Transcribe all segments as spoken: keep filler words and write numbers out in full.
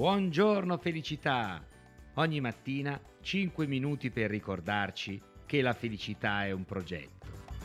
Buongiorno felicità! Ogni mattina cinque minuti per ricordarci che la felicità è un progetto.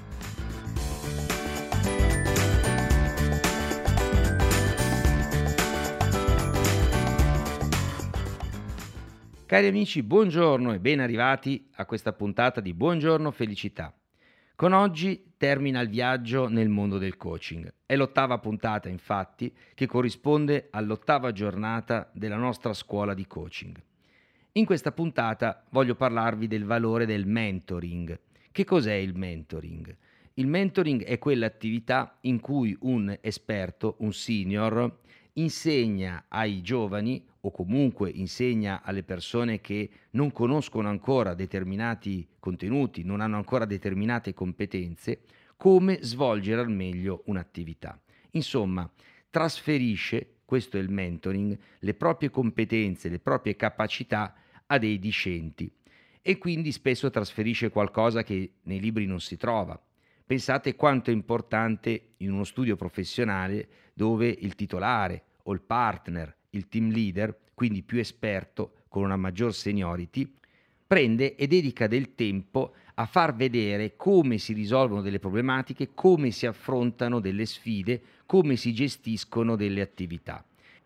Cari amici, buongiorno e ben arrivati a questa puntata di Buongiorno Felicità. Con oggi termina il viaggio nel mondo del coaching. È l'ottava puntata, infatti, che corrisponde all'ottava giornata della nostra scuola di coaching. In questa puntata voglio parlarvi del valore del mentoring. Che cos'è il mentoring? Il mentoring è quell'attività in cui un esperto, un senior, insegna ai giovani o comunque insegna alle persone che non conoscono ancora determinati contenuti, non hanno ancora determinate competenze, come svolgere al meglio un'attività. Insomma, trasferisce, questo è il mentoring, le proprie competenze, le proprie capacità a dei discenti e quindi spesso trasferisce qualcosa che nei libri non si trova. Pensate quanto è importante in uno studio professionale dove il titolare o il partner, il team leader, quindi più esperto, con una maggior seniority, prende e dedica del tempo a far vedere come si risolvono delle problematiche, come si affrontano delle sfide, come si gestiscono delle attività.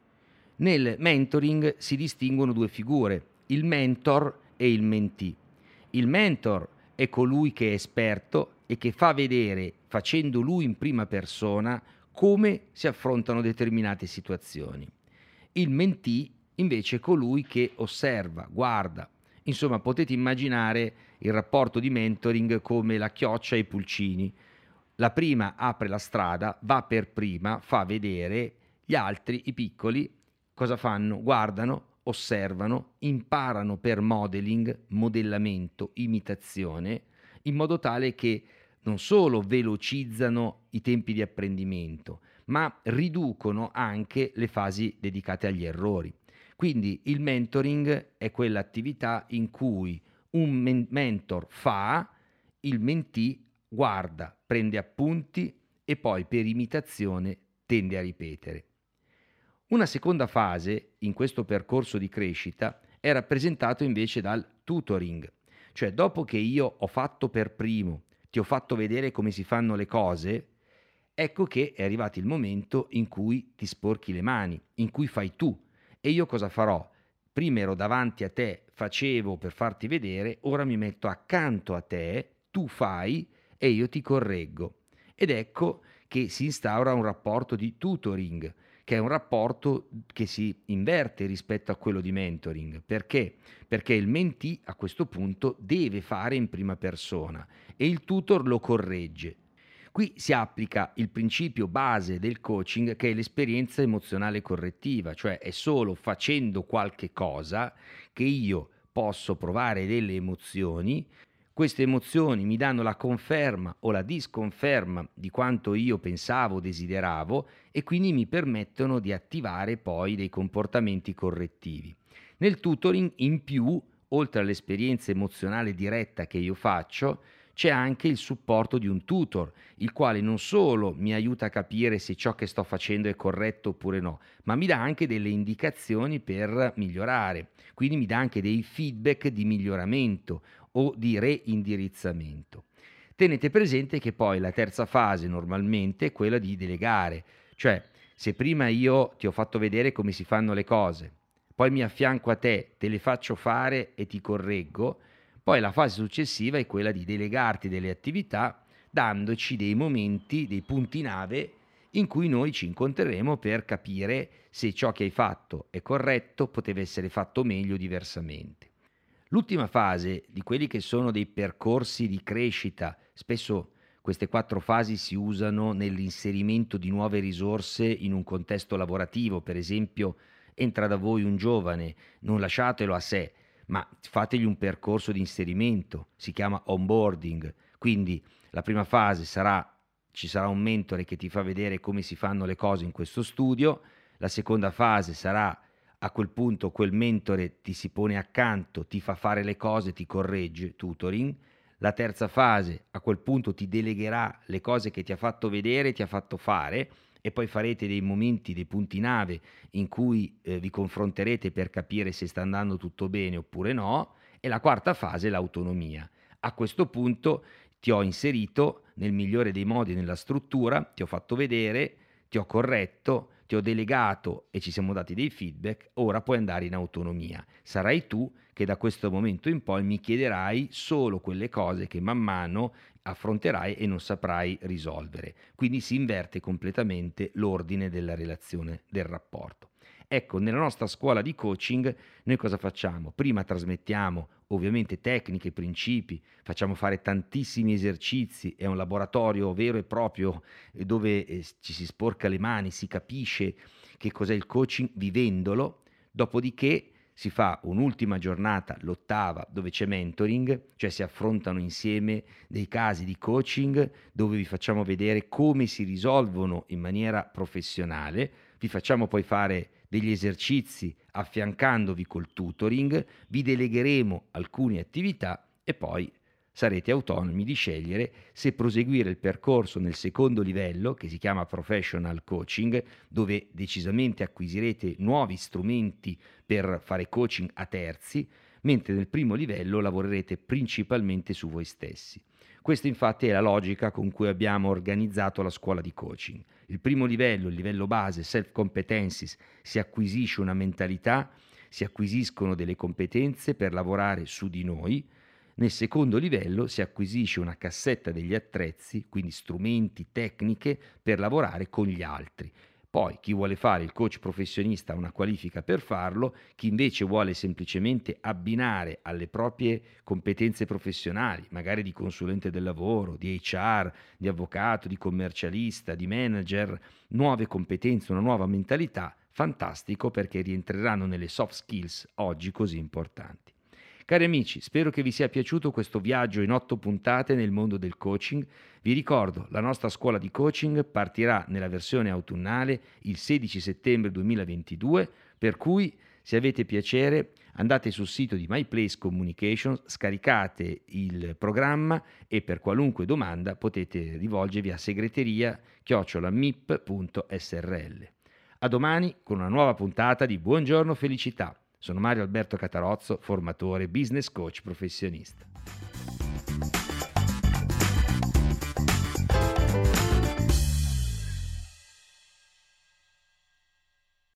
Nel mentoring si distinguono due figure, il mentor e il mentee. Il mentor è colui che è esperto e che fa vedere, facendo lui in prima persona, come si affrontano determinate situazioni. Il mentee invece è colui che osserva, guarda. Insomma, potete immaginare il rapporto di mentoring come la chioccia e i pulcini. La prima apre la strada, va per prima, fa vedere, gli altri, i piccoli, cosa fanno? Guardano, osservano, imparano per modeling, modellamento, imitazione, in modo tale che non solo velocizzano i tempi di apprendimento, ma riducono anche le fasi dedicate agli errori. Quindi il mentoring è quell'attività in cui un men- mentor fa, il mentee guarda, prende appunti e poi per imitazione tende a ripetere. Una seconda fase in questo percorso di crescita è rappresentato invece dal tutoring, cioè dopo che io ho fatto per primo, ti ho fatto vedere come si fanno le cose, ecco che è arrivato il momento in cui ti sporchi le mani, in cui fai tu. E io cosa farò? Prima ero davanti a te, facevo per farti vedere, ora mi metto accanto a te, tu fai e io ti correggo. Ed ecco che si instaura un rapporto di tutoring, che è un rapporto che si inverte rispetto a quello di mentoring. Perché? Perché il mentee a questo punto deve fare in prima persona e il tutor lo corregge. Qui si applica il principio base del coaching che è l'esperienza emozionale correttiva, cioè è solo facendo qualche cosa che io posso provare delle emozioni. Queste emozioni mi danno la conferma o la disconferma di quanto io pensavo, desideravo e quindi mi permettono di attivare poi dei comportamenti correttivi. Nel tutoring in più, oltre all'esperienza emozionale diretta che io faccio, c'è anche il supporto di un tutor, il quale non solo mi aiuta a capire se ciò che sto facendo è corretto oppure no, ma mi dà anche delle indicazioni per migliorare, quindi mi dà anche dei feedback di miglioramento o di reindirizzamento. Tenete presente che poi la terza fase normalmente è quella di delegare, cioè se prima io ti ho fatto vedere come si fanno le cose, poi mi affianco a te, te le faccio fare e ti correggo, poi la fase successiva è quella di delegarti delle attività dandoci dei momenti, dei punti nave in cui noi ci incontreremo per capire se ciò che hai fatto è corretto, poteva essere fatto meglio o diversamente. L'ultima fase di quelli che sono dei percorsi di crescita, spesso queste quattro fasi si usano nell'inserimento di nuove risorse in un contesto lavorativo, per esempio entra da voi un giovane, non lasciatelo a sé, ma fategli un percorso di inserimento, si chiama onboarding, quindi la prima fase sarà, ci sarà un mentore che ti fa vedere come si fanno le cose in questo studio, la seconda fase sarà a quel punto quel mentore ti si pone accanto, ti fa fare le cose, ti corregge, tutoring, la terza fase a quel punto ti delegherà le cose che ti ha fatto vedere, ti ha fatto fare e poi farete dei momenti, dei punti nave in cui eh, vi confronterete per capire se sta andando tutto bene oppure no, e la quarta fase è l'autonomia. A questo punto ti ho inserito nel migliore dei modi nella struttura, ti ho fatto vedere, ti ho corretto, ti ho delegato e ci siamo dati dei feedback, ora puoi andare in autonomia. Sarai tu che da questo momento in poi mi chiederai solo quelle cose che man mano affronterai e non saprai risolvere. Quindi si inverte completamente l'ordine della relazione, del rapporto. Ecco, nella nostra scuola di coaching noi cosa facciamo? Prima trasmettiamo ovviamente tecniche, principi, facciamo fare tantissimi esercizi, è un laboratorio vero e proprio eh, dove eh, ci si sporca le mani, si capisce che cos'è il coaching vivendolo, dopodiché si fa un'ultima giornata, l'ottava, dove c'è mentoring, cioè si affrontano insieme dei casi di coaching dove vi facciamo vedere come si risolvono in maniera professionale, vi facciamo poi fare degli esercizi affiancandovi col tutoring, vi delegheremo alcune attività e poi sarete autonomi di scegliere se proseguire il percorso nel secondo livello, che si chiama Professional Coaching, dove decisamente acquisirete nuovi strumenti per fare coaching a terzi, mentre nel primo livello lavorerete principalmente su voi stessi. Questa infatti è la logica con cui abbiamo organizzato la scuola di coaching. Il primo livello, il livello base, self competencies, si acquisisce una mentalità, si acquisiscono delle competenze per lavorare su di noi. Nel secondo livello si acquisisce una cassetta degli attrezzi, quindi strumenti, tecniche per lavorare con gli altri. Poi chi vuole fare il coach professionista ha una qualifica per farlo, chi invece vuole semplicemente abbinare alle proprie competenze professionali, magari di consulente del lavoro, di H R, di avvocato, di commercialista, di manager, nuove competenze, una nuova mentalità, fantastico perché rientreranno nelle soft skills oggi così importanti. Cari amici, spero che vi sia piaciuto questo viaggio in otto puntate nel mondo del coaching. Vi ricordo, la nostra scuola di coaching partirà nella versione autunnale il sedici settembre duemilaventidue, per cui se avete piacere andate sul sito di MyPlace Communications, scaricate il programma e per qualunque domanda potete rivolgervi a segreteria chiocciola mip punto srl. A domani con una nuova puntata di Buongiorno Felicità. Sono Mario Alberto Catarozzo, formatore, business coach professionista.